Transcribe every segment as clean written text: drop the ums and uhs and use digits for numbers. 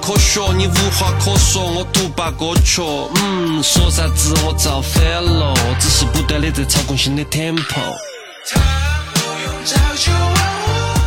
科学，你无话可说，我独霸歌曲。说啥子我造反了，只是不断的在操控新的 tempo。他不用早就问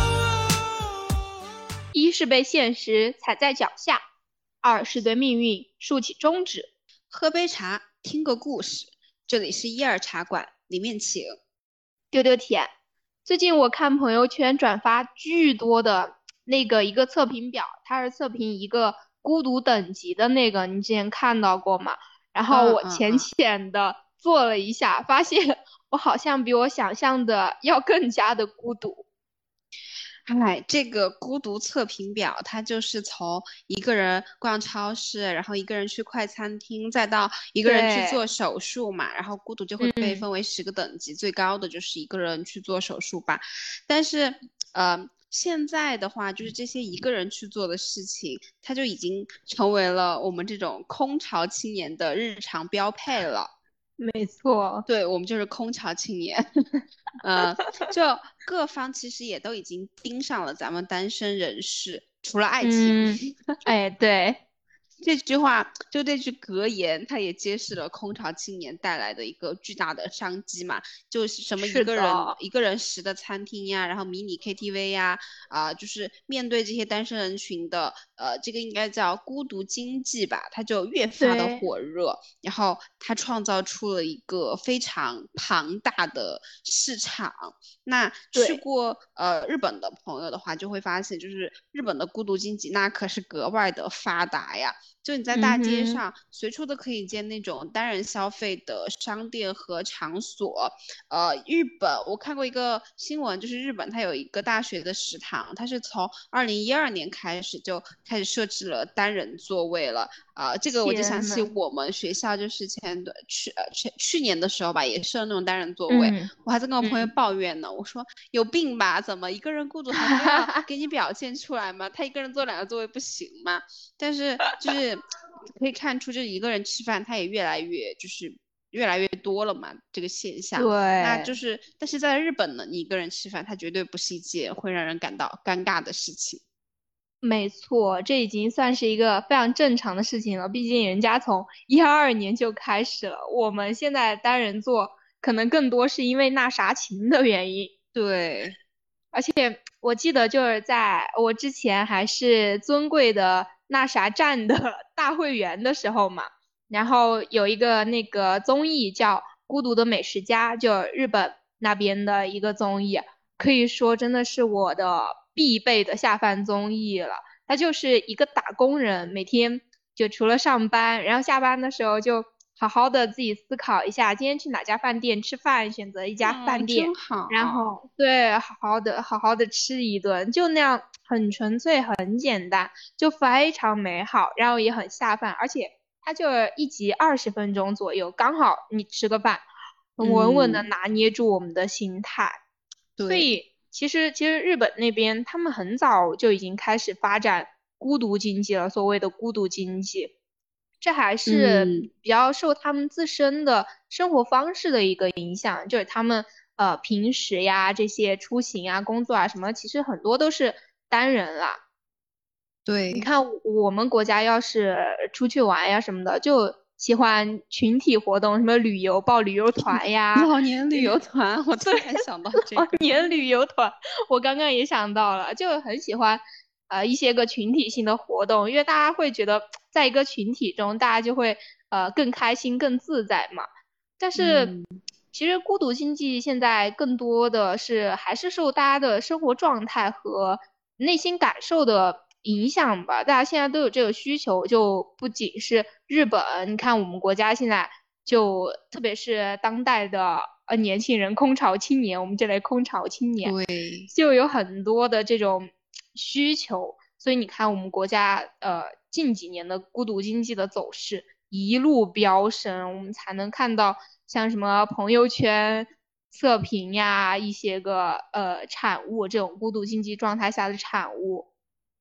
我。 一是被现实踩在脚下，二是对命运竖起中指。 喝杯茶，听个故事，这里是一二茶馆，里面请。 丢丢舔，最近我看朋友圈转发巨多的那个一个测评表，它是测评一个孤独等级的那个，你之前看到过吗？然后我浅的做了一下，发现我好像比我想象的要更加的孤独。 这个孤独测评表，它就是从一个人逛超市，然后一个人去快餐厅，再到一个人去做手术嘛，然后孤独就会被分为10个等级，最高的就是一个人去做手术吧。但是现在的话，就是这些一个人去做的事情，它就已经成为了我们这种空巢青年的日常标配了。 没错， 对，我们就是空巢青年。就各方其实也都已经盯上了咱们单身人士，除了爱情。 对， 这句话就这句格言，它也揭示了空巢青年带来的一个巨大的商机嘛，就是什么一个人食的餐厅呀，然后迷你 KTV 呀，就是面对这些单身人群的，这个应该叫孤独经济吧，它就越发的火热，然后它创造出了一个非常庞大的市场。那去过日本的朋友的话，就会发现，就是日本的孤独经济那可是格外的发达呀。就你在大街上随处都可以见那种单人消费的商店和场所。日本我看过一个新闻，就是日本它有一个大学的食堂，它是从2012年开始就开始设置了单人座位了。这个我就想起我们学校就是去年的时候吧，也设那种单人座位。我还在跟我朋友抱怨呢，我说有病吧，怎么一个人孤独还非要给你表现出来吗？他一个人坐2个座位不行吗？但是就是可以看出，就一个人吃饭，他也越来越多了嘛，这个现象。 对， 那就是但是在日本呢，你一个人吃饭，它绝对不是一件会让人感到尴尬的事情。 没错，这已经算是一个非常正常的事情了。毕竟人家从2012年就开始了，我们现在单人座可能更多是因为那啥情的原因。 对， 而且我记得就是在我之前还是尊贵的那啥站的大会员的时候嘛，然后有一个那个综艺叫《孤独的美食家》，就日本那边的一个综艺，可以说真的是我的必备的下饭综艺了。他就是一个打工人，每天就除了上班，然后下班的时候就好好的自己思考一下，今天去哪家饭店吃饭，选择一家饭店， 真好。 然后对，好好的吃一顿，就那样很纯粹很简单，就非常美好，然后也很下饭，而且它就一集20分钟左右，刚好你吃个饭，稳稳的拿捏住我们的心态。所以其实日本那边他们很早就已经开始发展孤独经济了，所谓的孤独经济，这还是比较受他们自身的生活方式的一个影响，就是他们平时呀这些出行啊工作啊什么，其实很多都是单人啦。 对， 你看我们国家要是出去玩呀什么的，就喜欢群体活动，什么旅游报旅游团呀， 老年旅游团，我突然想到这个。 老年旅游团，我刚刚也想到了，就很喜欢一些个群体性的活动，因为大家会觉得在一个群体中，大家就会更开心、更自在嘛。但是其实孤独经济现在更多的是还是受大家的生活状态和内心感受的影响吧，大家现在都有这个需求，就不仅是日本，你看我们国家现在就特别是当代的年轻人，空巢青年，我们这类空巢青年， 对， 就有很多的这种需求，所以你看我们国家近几年的孤独经济的走势一路飙升，我们才能看到像什么朋友圈测评呀，一些个产物，这种孤独经济状态下的产物。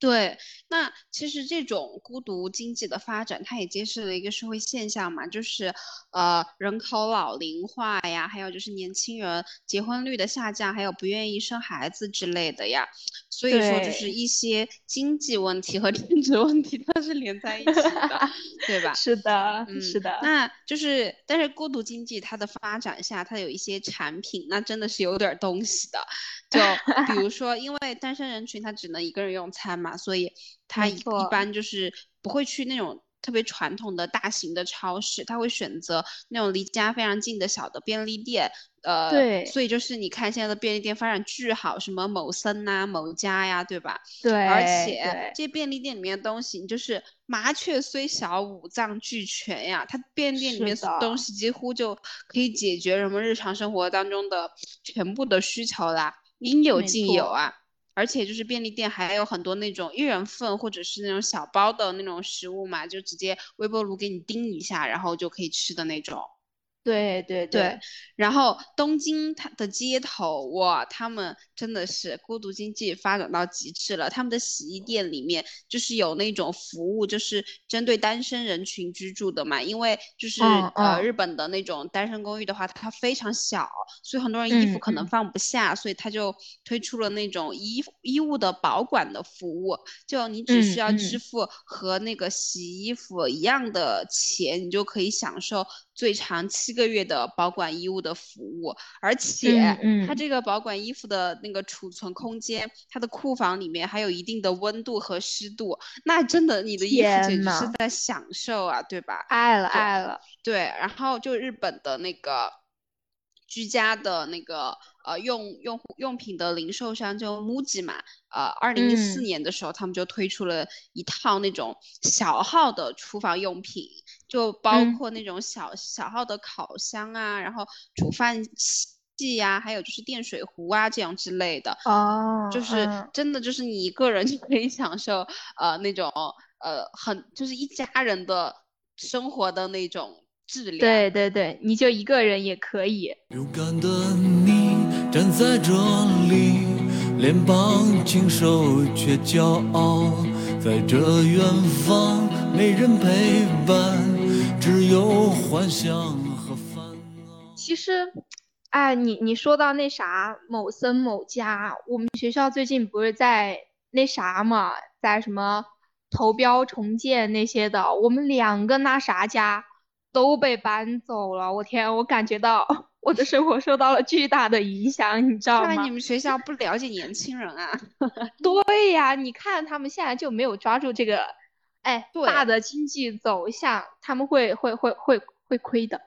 对，那其实这种孤独经济的发展，它也揭示了一个社会现象嘛，就是人口老龄化呀，还有就是年轻人结婚率的下降，还有不愿意生孩子之类的呀。所以说，就是对， 一些经济问题和政治问题它是连在一起的，对吧？ 是的， 嗯， 是的， 那就是，但是孤独经济它的发展下，它有一些产品，那真的是有点儿东西的。就比如说，因为单身人群他只能一个人用餐嘛，所以他一没错， 般就是不会去那种特别传统的大型的超市，他会选择那种离家非常近的小的便利店。 对所以就是你看现在的便利店发展巨好，什么某森呐、某家呀，对吧？而且对对， 这便利店里面的东西，你就是麻雀虽小，五脏俱全呀。它便利店里面是的， 东西几乎就可以解决人们日常生活当中的全部的需求啦。应有没错。 尽有啊。而且就是便利店还有很多那种一人份或者是那种小包的那种食物嘛，就直接微波炉给你叮一下，然后就可以吃的那种。 对对对， 对， 然后东京它的街头，哇，他们真的是孤独经济发展到极致了。他们的洗衣店里面就是有那种服务，就是针对单身人群居住的嘛。因为就是嗯嗯日本的那种单身公寓的话，它非常小，所以很多人衣服可能嗯嗯， 放不下，所以他就推出了那种衣物的保管的服务。就你只需要支嗯嗯， 付和那个洗衣服一样的钱，你就可以享受最长7个月的保管衣物的服务。而且它嗯嗯， 这个保管衣服的那个储存空间，它的库房里面还有一定的温度和湿度，那真的你的衣服简直是天呐， 在享受啊，对吧？ 爱了对爱了， 对，然后就日本的那个居家的那个用品的零售商就 MUJI 嘛，2014 嗯年的时候他们就推出了一套那种小号的厨房用品，就包嗯， 括那种小号的烤箱啊，然后煮饭器呀、还有就是电水壶啊这样之类的，就是哦嗯， 真的就是你一个人就可以享受那种很就是一家人的生活的那种质量。 对对对，你就一个人也可以。 勇敢的你站在这里，脸庞清瘦却骄傲，在这远方没人陪伴，只有幻想和烦恼。 其实，哎，你说到那啥某森某家，我们学校最近不是在那啥嘛，在什么投标重建那些的，我们2个那啥家都被搬走了。我天，我感觉到我的生活受到了巨大的影响，你知道吗？ 看来你们学校不了解年轻人啊。 对呀，你看他们现在就没有抓住这个，哎，大对， 的经济走向，他们会亏的。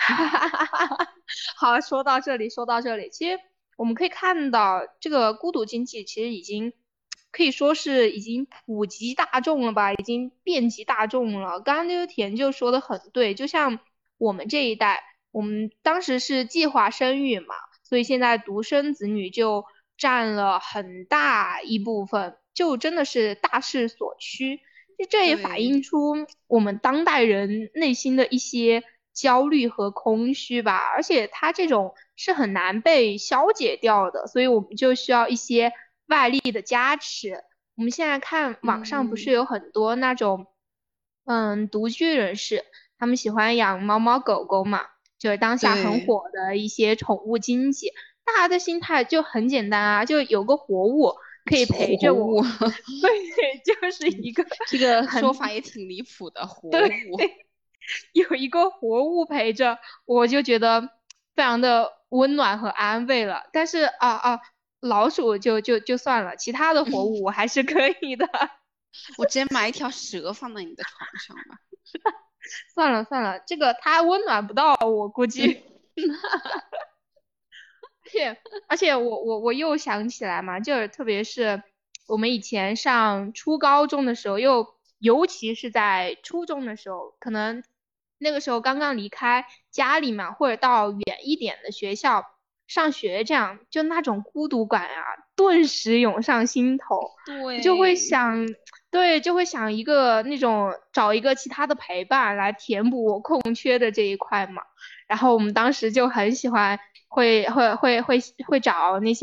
好，说到这里，说到这里，其实我们可以看到，这个孤独经济其实已经可以说是已经普及大众了吧，已经遍及大众了。刚刚那个田就说的很对，就像我们这一代，我们当时是计划生育嘛，所以现在独生子女就占了很大一部分，就真的是大势所趋。这也反对， 映出我们当代人内心的一些焦虑和空虚吧，而且它这种是很难被消解掉的，所以我们就需要一些外力的加持。我们现在看网上不是嗯， 有很多那种，独居人士，他们喜欢养猫猫狗狗嘛，就是当下很对， 火的一些宠物经济。大家的心态就很简单啊，就有个活物可以陪着我， 活物。 对，就是一个这个说很法也挺离谱的，活对， 物。 有一个活物陪着，我就觉得非常的温暖和安慰了。但是老鼠就算了，其他的活物我还是可以的。 我直接买一条蛇放在你的床上吧。 算了算了，这个它温暖不到我估计。而且我又想起来嘛，就是特别是我们以前上初高中的时候，尤其是在初中的时候，可能那个时候刚刚离开家里嘛，或者到远一点的学校上学，这样就那种孤独感啊，顿时涌上心头，就会对， 想，对，就会想一个那种找一个其他的陪伴来填补我空缺的这一块嘛。然后我们当时就很喜欢会找那些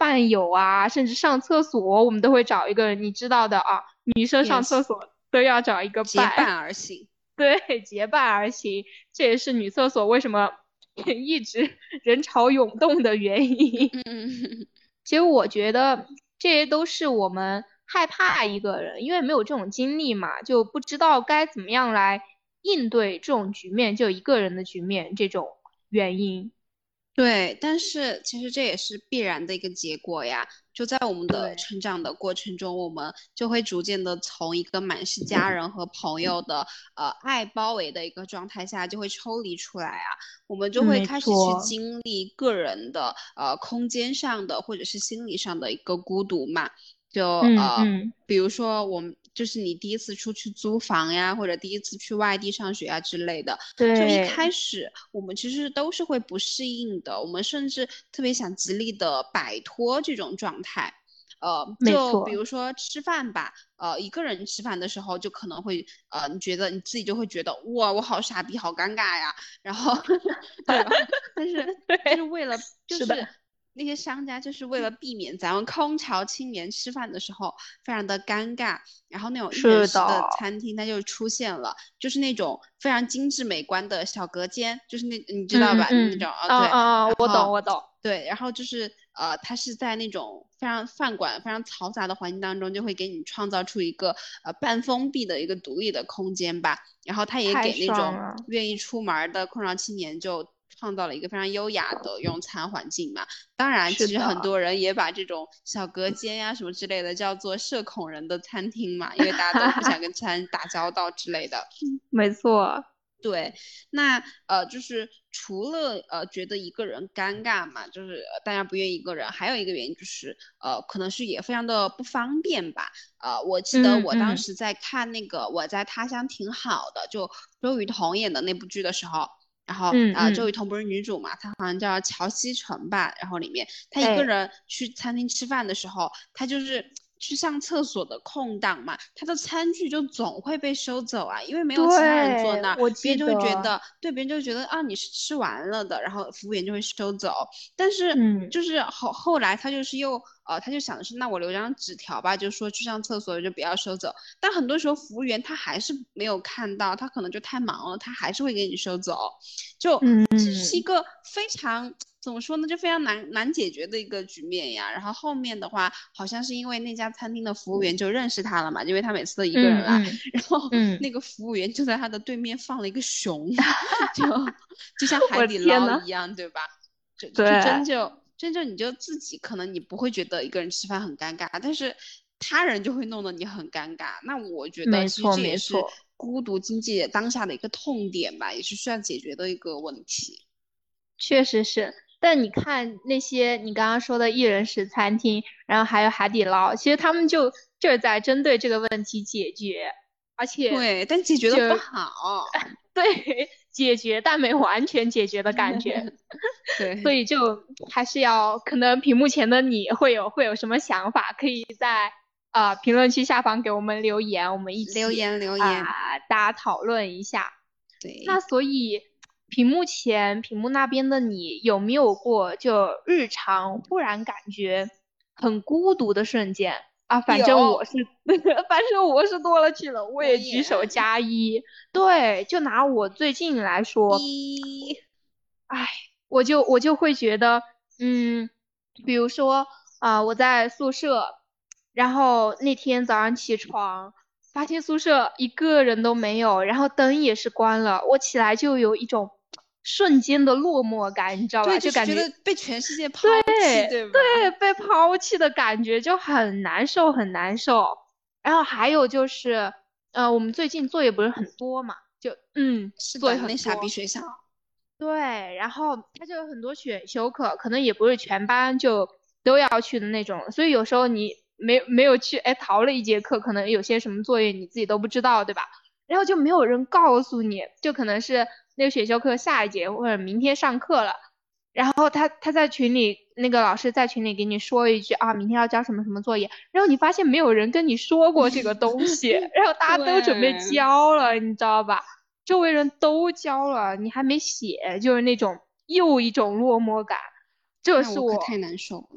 饭友啊，甚至上厕所，我们都会找一个人，你知道的啊，女生上厕 Yes， 所都要找一个结伴。 伴而行。 对，结伴而行，这也是女厕所为什么一直人潮涌动的原因。 嗯， 其实我觉得这些都是我们害怕一个人，因为没有这种经历嘛，就不知道该怎么样来应对这种局面，就一个人的局面这种原因。 对，但是其实这也是必然的一个结果呀。就在我们的对， 成长的过程中，我们就会逐渐的从一个满是家人和朋友的爱包围的一个状态下，就会抽离出来啊。我们就会没开始去错， 经历个人的空间上的或者是心理上的一个孤独嘛。就嗯， 比如说我们就是你第一次出去租房呀，或者第一次去外地上学啊之类的。就一对， 开始我们其实都是会不适应的，我们甚至特别想极力的摆脱这种状态。就比没错， 如说吃饭吧，一个人吃饭的时候，就可能会，你觉得你自己就会觉得，哇，我好傻逼，好尴尬呀，然后，对吧？但是就是对， 为了，就是的， 是那些商家就是为了避免咱们空巢青年吃饭的时候非常的尴尬，然后那种一人是的， 食的餐厅它就出现了，就是那种非常精致美观的小隔间，就是那你知道吧？那种对， 我懂， 然后我懂， 对，然后就是它是在那种非常饭馆非常嘈杂的环境当中，就会给你创造出一个半封闭的一个独立的空间吧。然后它也太给那种爽了， 愿意出门的空巢青年就创造了一个非常优雅的用餐环境嘛。当然，其实很是的。 多人也把这种小隔间呀什么之类的叫做社恐人的餐厅嘛，因为大家都不想跟其他人打交道之类的。 没错， 对，那就是除了觉得一个人尴尬嘛，就是大家不愿意一个人，还有一个原因就是可能是也非常的不方便吧。我记得我当嗯嗯时在看那个《我在他乡挺好的》，就周雨彤演的那部剧的时候，然后周雨嗯， 彤不是女主嘛，她好像叫乔西纯吧，然后里面她一个哎， 人去餐厅吃饭的时候，她就是去上厕所的空档嘛，她的餐具就总会被收走啊，因为没有其他人坐对， 那儿， 我记别人就会觉得， 得，对，别人就会觉得啊你是吃完了的，然后服务员就会收走。但是嗯， 就是后来他就是又他就想的是，那我留张纸条吧，就说去上厕所就不要收走。但很多时候服务员他还是没有看到，他可能就太忙了，他还是会给你收走。就这是一嗯， 个非常怎么说呢，就非常难解决的一个局面呀。然后后面的话，好像是因为那家餐厅的服务员就认识他了嘛，因为他每次都一个人来， 嗯然后嗯， 那个服务员就在他的对面放了一个熊，就就像海我底天呐， 捞一样，对吧？就对， 真正你就自己可能你不会觉得一个人吃饭很尴尬，但是他人就会弄得你很尴尬。那我觉得其实没错这也是没错， 孤独经济当下的一个痛点吧，也是需要解决的一个问题。 确实是。但你看那些你刚刚说的一人食餐厅，然后还有海底捞，其实他们就是在针对这个问题解决，而且对，但解决的不好。 对解决，但没完全解决的感觉。所对， 以就还是要，可能屏幕前的你会有什么想法，可以在评论区下方给我们留言，我们一起留言， 大家讨论一下。那对。 所以屏幕那边的你有没有过就日常忽然感觉很孤独的瞬间啊？反正我有， 是，反正我是多了去了，我也举我也手加一。对，就拿我最近来说。 一， 唉，我就会觉得，嗯，比如说我在宿舍，然后那天早上起床，发现宿舍一个人都没有，然后灯也是关了，我起来就有一种瞬间的落寞感，你知道对， 吧？ 就是觉就感觉得被全世界抛弃， 对对吧？ 对，被抛弃的感觉就很难受，很难受。然后还有就是，我们最近作业不是很多嘛，就作业是的，那傻逼很多。 学校。 对，然后它就有很多选修课，可能也不是全班就都要去的那种，所以有时候你没有去，哎，逃了一节课，可能有些什么作业你自己都不知道，对吧？然后就没有人告诉你，就可能是那个选修课下一节或者明天上课了，然后他在群里，那个老师在群里给你说一句啊，明天要交什么什么作业，然后你发现没有人跟你说过这个东西，然后大家都准备对， 交了，你知道吧？周围人都交了，你还没写，就是那种又一种落寞感。这那是我， 我可太难受了。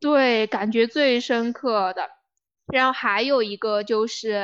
对，感觉最深刻的。然后还有一个就是，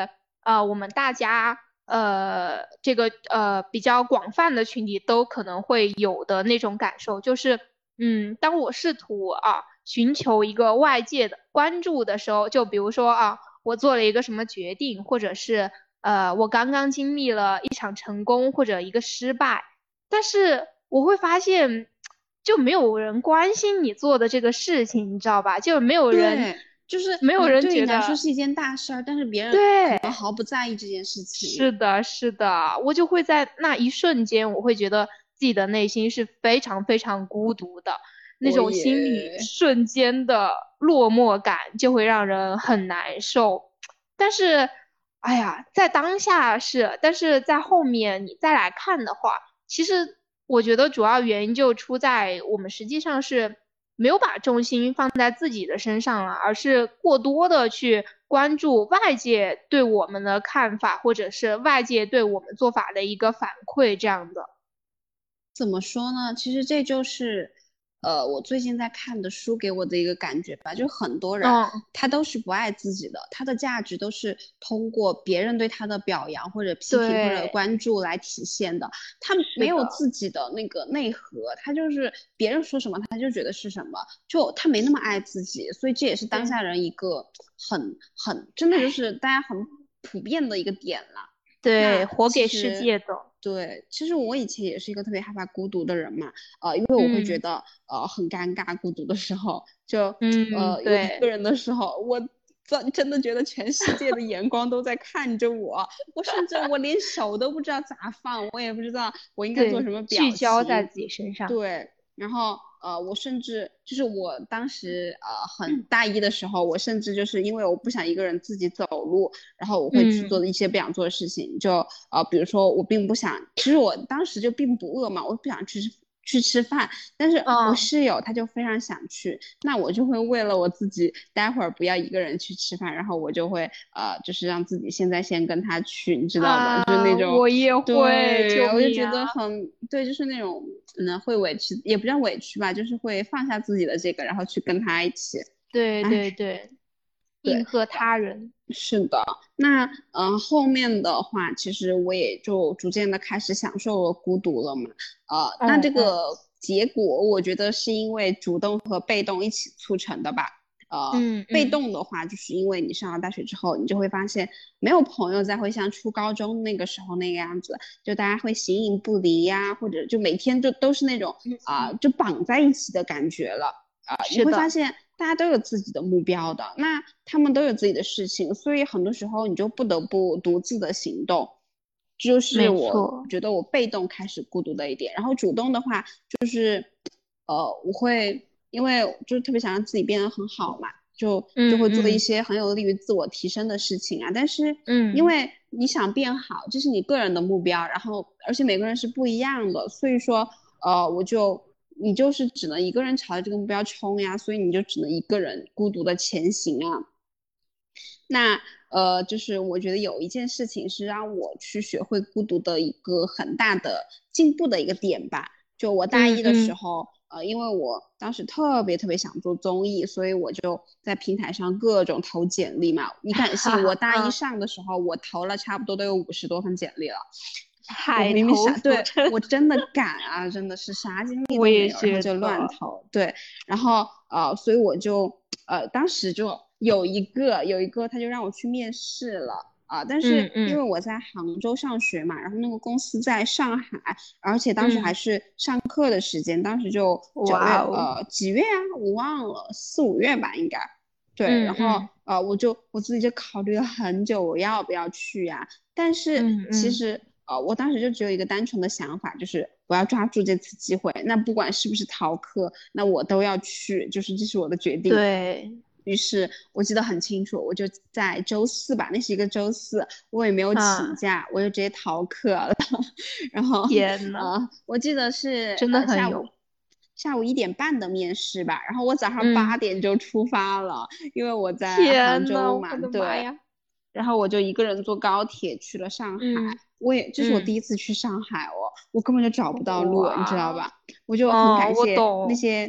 我们大家这个比较广泛的群体都可能会有的那种感受，就是当我试图寻求一个外界的关注的时候，就比如说我做了一个什么决定，或者是我刚刚经历了一场成功或者一个失败，但是我会发现，就没有人关心你做的这个事情，你知道吧？就没有人， 对，就是没有你对你人觉得， 来说是一件大事儿，但是别人可对， 能毫不在意这件事情。 是的，是的，我就会在那一瞬间，我会觉得自己的内心是非常非常孤独的，那我种心理也瞬间的落寞感就会让人很难受。但是，哎呀，在当下是，但是在后面你再来看的话，其实我觉得主要原因就出在我们实际上是没有把重心放在自己的身上了，而是过多的去关注外界对我们的看法，或者是外界对我们做法的一个反馈这样的。 怎么说呢？其实这就是，我最近在看的书给我的一个感觉吧。就很多人嗯， 他都是不爱自己的，他的价值都是通过别人对他的表扬或者批评或者对， 关注来体现的。他没是的， 有自己的那个内核，他就是别人说什么他就觉得是什么，就他没那么爱自己。所以这也是当对， 下人一个很真的就是大家很普遍的一个点了。 对， 那活给世其实， 界的。 对，其实我以前也是一个特别害怕孤独的人嘛，因为我会觉嗯得很尴尬，孤独的时候，就嗯， 有一个对人的时候，我真的觉得全世界的眼光都在看着我，我甚至我连手都不知道咋放，我也不知道我应该做什对， 么聚表情， 焦在自己身上。 对，然后我甚至就是我当时很大一的时候，我甚至就是因为我不想一个人自己走路，然后我会去做嗯一些不想做的事情，就比如说我并不想，其实我当时就并不饿嘛，我不想去吃饭，但是我嗯室友他就非常想去，那我就会为了我自己待会儿不要一个人去吃饭，然后我就会就是让自己现在先跟他去，你知道吧？就是那种。 我也会， 对，我就觉救命啊！ 得很对，就是那种会委屈，也不叫委屈吧，就是会放下自己的这个，然后去跟他一起。 对哎， 对对， 对， 应和他人。 是的。那后面的话，其实我也就逐渐的开始享受了孤独了嘛。那这嗯嗯个结果，我觉得是因为主动和被动一起促成的吧。被嗯嗯， 动的话，就是因为你上了大学之后，你就会发现没有朋友再会像初高中那个时候那个样子，就大家会形影不离呀，或者就每天就都是那种就绑在一起的感觉了。你是的， 会发现大家都有自己的目标的，那他们都有自己的事情，所以很多时候你就不得不独自的行动。这就是没我错。 觉得我被动开始孤独的一点，然后主动的话就是，我会因为就是特别想让自己变得很好嘛，就会做一嗯嗯些很有利于自我提升的事情啊。但是因嗯， 为你想变好，这是你个人的目标，然后而且每个人是不一样的，所以说你就是只能一个人朝着这个目标冲呀，所以你就只能一个人孤独的前行啊。那就是我觉得有一件事情是让我去学会孤独的一个很大的进步的一个点吧。就我大一的时嗯嗯候，因为我当时特别特别想做综艺，所以我就在平台上各种投简历嘛。你敢信，我哈哈， 大一上的时候，我投了差不多都有50多份简历了。我海投明明啥，对， 俗称， 我真的敢啊，真的是啥经历我都没有，然后也觉就乱得， 投，对，然后所以我就当时就有一个他就让我去面试了但是因为嗯嗯我在杭州上学嘛，然后那个公司在上海，而且当时还嗯， 是上课的时间，当时就9月哇哦， 几月啊，我忘了4、5月吧应该。对，然后嗯嗯我自己就考虑了很久，我要不要去呀？但是嗯嗯， 其实我当时就只有一个单纯的想法，就是我要抓住这次机会，那不管是不是逃课，那我都要去，就是这是我的决定。 对于是我记得很清楚，我就在周四吧，那是一个周四，我也没有请啊， 假，我就直接逃课了。然后天呐， 我记得是真的很下午有， 1点半的面试吧，然后我早上嗯， 8点就出发了，因为我在杭天呐， 州嘛， 我的妈对， 呀， 然后我就一个人坐高铁去了上海。 嗯这是我第嗯， 一次去上海哦，我根本就找不到路，你知道哇， 吧？我就很哦，我感谢那懂， 些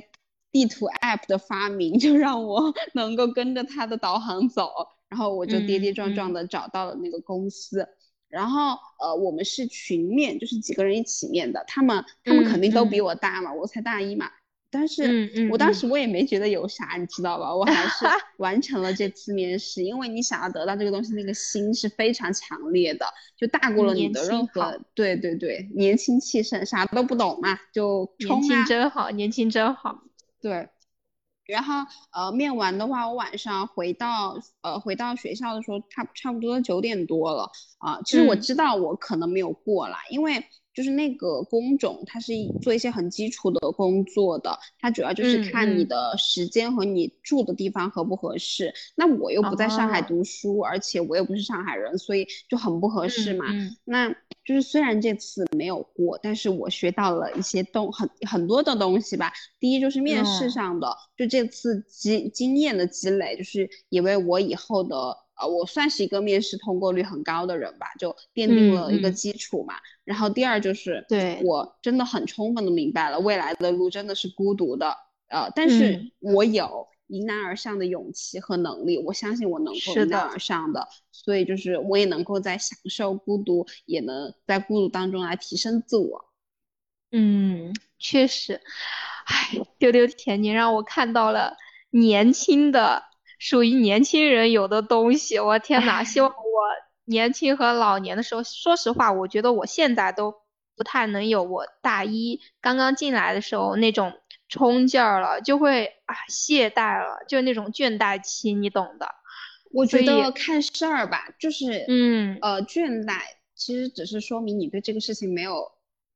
地图 app 的发明，就让我能够跟着它的导航走，然后我就跌跌撞撞的找到了那个公司。然后我们是群面，就是几个人一起面的，他们肯定都比我大嘛，我才大一嘛。但是我当时我也没觉得有啥，你知道吧？我还是完成了这次面试，因为你想要得到这个东西，那个心是非常强烈的，就大过了你的任何。对对对，年轻气盛，啥都不懂嘛，就冲啊！ 年轻真好，年轻真好。 对。然后面完的话，我晚上回到学校的时候，差不多9点多了其实我知道我可能没有过啦，因为就是那个工种它是做一些很基础的工作的，它主要就是看你的时间和你住的地方合不合适。那我又不在上海读书，而且我又不是上海人，所以就很不合适嘛。那就是虽然这次没有过，但是我学到了一些很多的东西吧。第一就是面试上的，就这次经验的积累，就是也为我以后的我算是一个面试通过率很高的人吧，就奠定了一个基础嘛。然后第二就是我真的很充分的明白了未来的路真的是孤独的但是我有迎难而上的勇气和能力，我相信我能够迎难而上的，所以就是我也能够在享受孤独，也能在孤独当中来提升自我。 确实，丢丢甜，你让我看到了年轻的属于年轻人有的东西，我天哪！希望我年轻和老年的时候，说实话，我觉得我现在都不太能有我大一刚刚进来的时候那种冲劲儿了，就会懈怠了，就那种倦怠期，你懂的。 我觉得看事儿吧，就是倦怠其实只是说明你对这个事情没有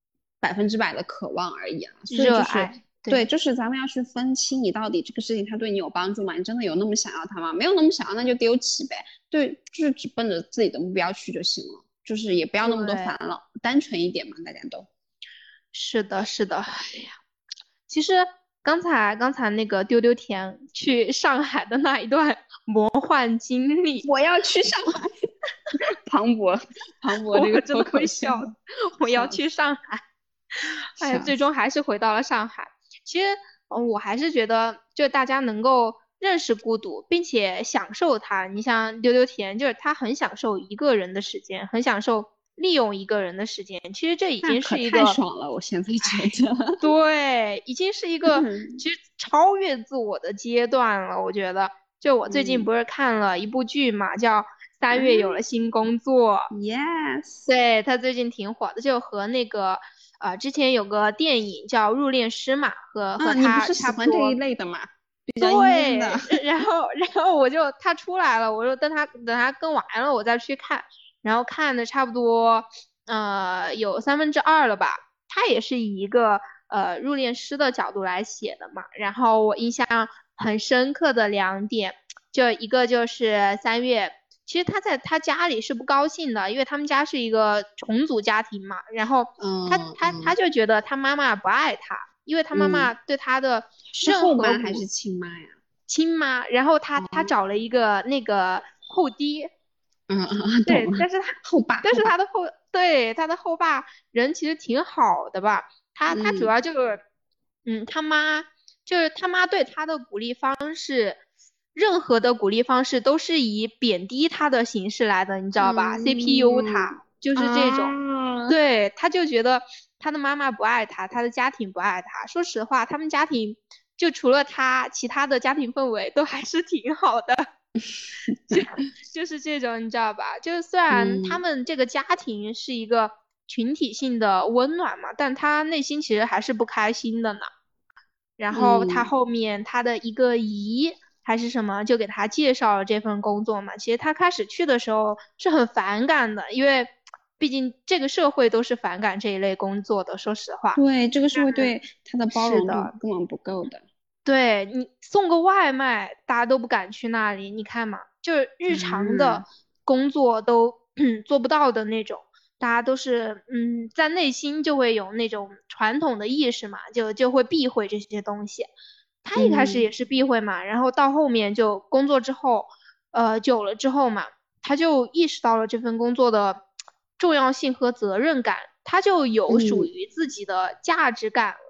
100%的渴望而已所以就是对，就是咱们要去分清你到底这个事情它对你有帮助吗？你真的有那么想要它吗？没有那么想要，那就丢弃呗。对，就是只奔着自己的目标去就行了，就是也不要那么多烦恼，单纯一点嘛，大家都。 是的，是的。哎呀，其实刚才那个丢丢甜去上海的那一段魔幻经历， 我要去上海。庞博这个真的会笑，我要去上海。最终还是回到了上海。其实我还是觉得，就大家能够认识孤独，并且享受它。你像丢丢甜，就是他很享受一个人的时间，很享受利用一个人的时间。其实这已经是一个太爽了，我现在觉得。 对，已经是一个其实超越自我的阶段了。我觉得，就我最近不是看了一部剧嘛，叫3月有了新工作。 Yes。 对，他最近挺火的，就和那个之前有个电影叫《入殓师》嘛，和他你不是喜欢这一类的嘛？ 对，然后他出来了，我说等他更完了我再去看，然后看的差不多有2/3了吧。他也是以一个入殓师的角度来写的嘛。然后我印象很深刻的2点，就一个就是3月。其实他在他家里是不高兴的，因为他们家是一个重组家庭嘛。然后他就觉得他妈妈不爱他，因为他妈妈对他的是后妈还是亲妈呀？ 亲妈。然后他找了一个那个后爹。对，但是后爸， 但是他的后爸人其实挺好的吧。他主要就是他妈对他的鼓励方式。任何的鼓励方式都是以贬低他的形式来的，你知道吧？CPU 他就是这种。对，他就觉得他的妈妈不爱他，他的家庭不爱他。说实话，他们家庭就除了他，其他的家庭氛围都还是挺好的。就是这种，你知道吧？就是虽然他们这个家庭是一个群体性的温暖嘛，但他内心其实还是不开心的呢。然后他后面他的一个姨还是什么就给他介绍了这份工作嘛。其实他开始去的时候是很反感的，因为毕竟这个社会都是反感这一类工作的，说实话。 对，这个社会对他的包容度根本不够的。 对，你送个外卖大家都不敢去那里，你看嘛，就是日常的工作都做不到的那种。大家都是在内心就会有那种传统的意识嘛，就会避讳这些东西。他一开始也是避讳嘛，然后到后面就工作之后久了之后嘛，他就意识到了这份工作的重要性和责任感，他就有属于自己的价值感了。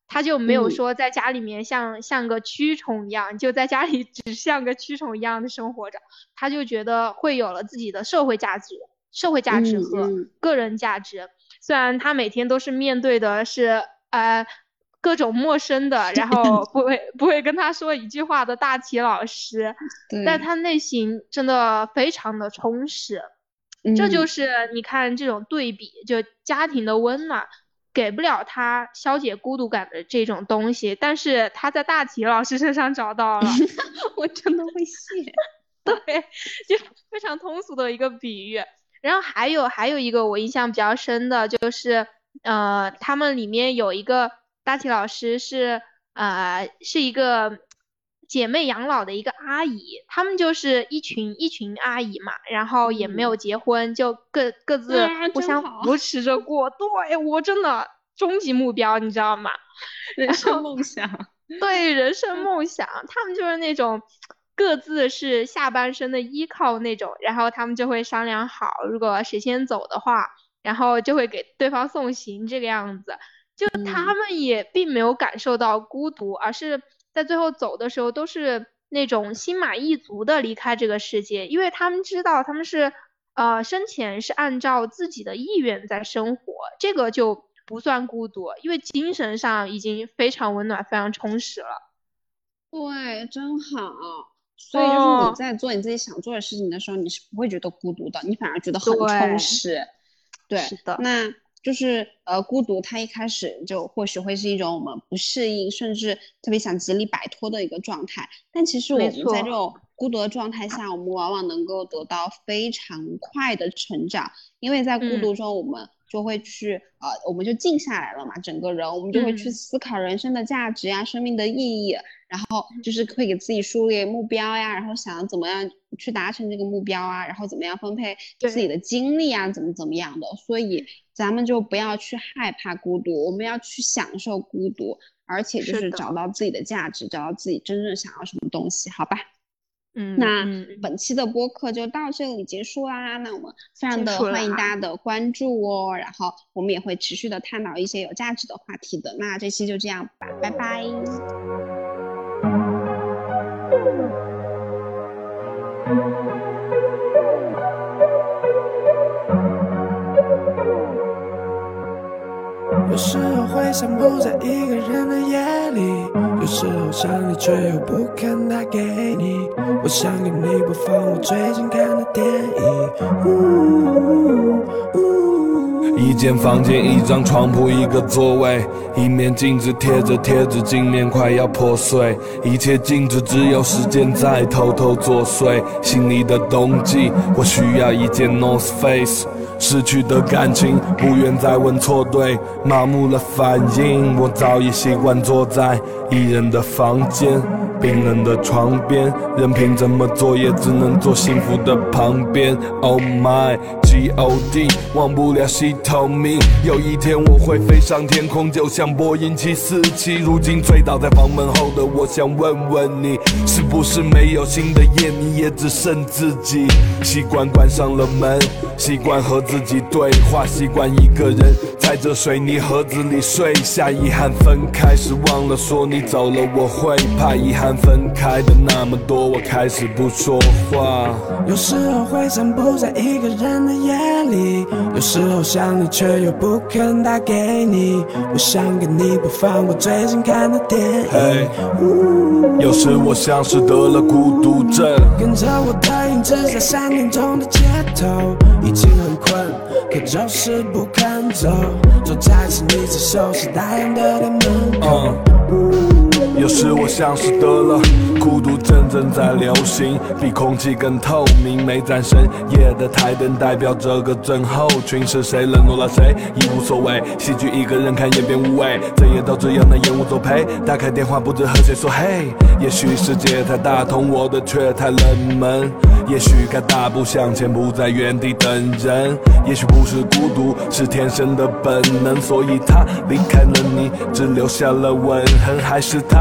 他就没有说在家里面像个蛆虫一样，就在家里只像个蛆虫一样的生活着，他就觉得会有了自己的社会价值和个人价值。虽然他每天都是面对的是各种陌生的，然后不会跟他说一句话的大体老师，但他内心真的非常的充实。这就是你看这种对比，就家庭的温暖给不了他消解孤独感的这种东西，但是他在大体老师身上找到了。 我真的会谢。 对，就非常通俗的一个比喻。然后还有一个我印象比较深的就是他们里面有一个大体老师是一个姐妹养老的一个阿姨，他们就是一群阿姨嘛，然后也没有结婚，就各自互相扶持着过。对，我真的终极目标你知道吗？ 人生梦想。 对，人生梦想，他们就是那种各自是下半身的依靠那种，然后他们就会商量好，如果谁先走的话，然后就会给对方送行这个样子。就他们也并没有感受到孤独，而是在最后走的时候都是那种心满意足的离开这个世界，因为他们知道他们是生前是按照自己的意愿在生活，这个就不算孤独，因为精神上已经非常温暖非常充实了。 对，真好。所以就是你在做你自己想做的事情的时候，你是不会觉得孤独的，你反而觉得很充实。对， 是的。 那就是孤独它一开始就或许会是一种我们不适应甚至特别想极力摆脱的一个状态，但其实我们在这种孤独的状态下，我们往往能够得到非常快的成长，因为在孤独中我们就会去我们就静下来了嘛，整个人我们就会去思考人生的价值呀，生命的意义，然后就是会给自己树立目标呀，然后想怎么样去达成这个目标啊，然后怎么样分配自己的精力啊，怎么样的。所以咱们就不要去害怕孤独，我们要去享受孤独，而且就是找到自己的价值，找到自己真正想要什么东西，好吧？那本期的播客就到这里结束啦。那我们非常的欢迎大家的关注哦，然后我们也会持续的探讨一些有价值的话题的。那这期就这样吧，拜拜。 有时候会散步在一个人的夜里，有时候想你却又不肯打给你，我想给你播放我最近看的电影。一间房间，一张床铺，一个座位，一面镜子贴着贴纸，镜面快要破碎，一切静止，只有时间在偷偷作祟。心里的冬季，我需要一件 North Face。失去的感情，不愿再问错对，麻木了反应，我早已习惯坐在一人的房间，冰冷的床边，任凭怎么做也只能坐幸福的旁边。Oh my God， 忘不了西透明，有一天我会飞上天空，就像波音747。如今醉倒在房门后的我，想问问你，是不是没有新的夜，你也只剩自己？习惯关上了门，习惯和自己对话，习惯一个人在这水泥盒子里睡下。遗憾分开时忘了说你走了我会怕，遗憾分开的那么多，我开始不说话。有时候会散步在一个人的夜里，有时候想你却又不肯打给你，我想给你播放我最近看的电影。有时我像是得了孤独症，跟着我的影子在3点钟的街头，已经很困，可就是不肯走，走在是你最熟悉大洋的店门口。有时我像是得了孤独症，正在流行，比空气更透明。每盏深夜的台灯代表这个症候群，是谁冷落了谁已无所谓，戏剧一个人看演变无味，整夜都这样那烟雾作陪。打开电话不知和谁说嘿，也许世界太大，同我的却太冷门，也许该大步向前，不在原地等人。也许不是孤独，是天生的本能，所以他离开了你，只留下了吻痕，还是他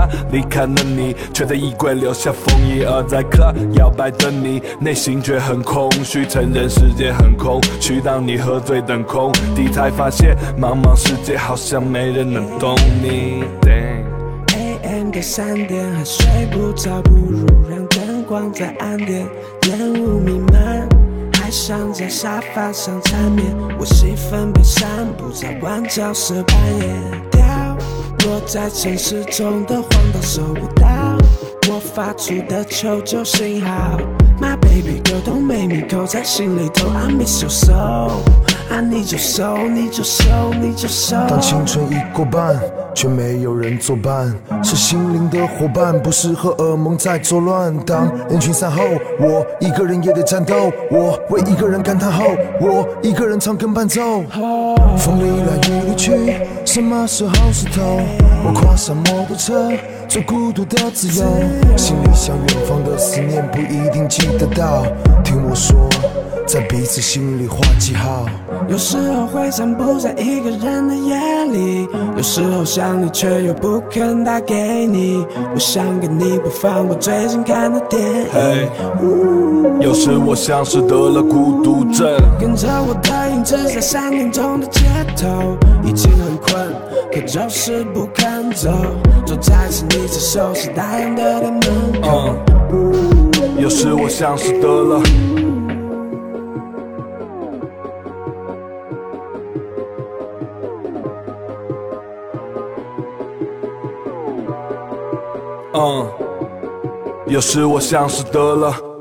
他离开了你，却在衣柜留下风衣，而在课摇摆的你，内心却很空虚，承认世界很空虚，当你喝醉等空地，才发现茫茫世界好像没人能懂你。AM 的3点还睡不着，不如让灯光再暗点，烟雾弥漫，还想在沙发上缠绵，我戏份被删，不再玩角色扮演，掉落在城市中的荒岛收不到我发出的求救信号。 My baby girl don't make me 扣在心里头 I miss your soul I need your soul need your soul need your soul。 当青春已过半，却没有人作伴，是心灵的伙伴，不是荷尔蒙在作乱。当人群散后，我一个人也得战斗，我为一个人感叹后，我一个人唱跟伴奏。风里来雨里去，什么时候是头？我跨上摩托车，做孤独的自由，心里想远方的思念不一定记得到，听我说，在彼此心里画记号。 有时候会散步在一个人的夜里，有时候想你却又不肯打给你，我想跟你播放我最近看的电影。 有时我像是得了孤独症， 跟着我的影子在3点钟的街头，已经很困，可就是不肯走，走在是你最熟悉大洋的店门口。 有时我像是得了。有时我像是得了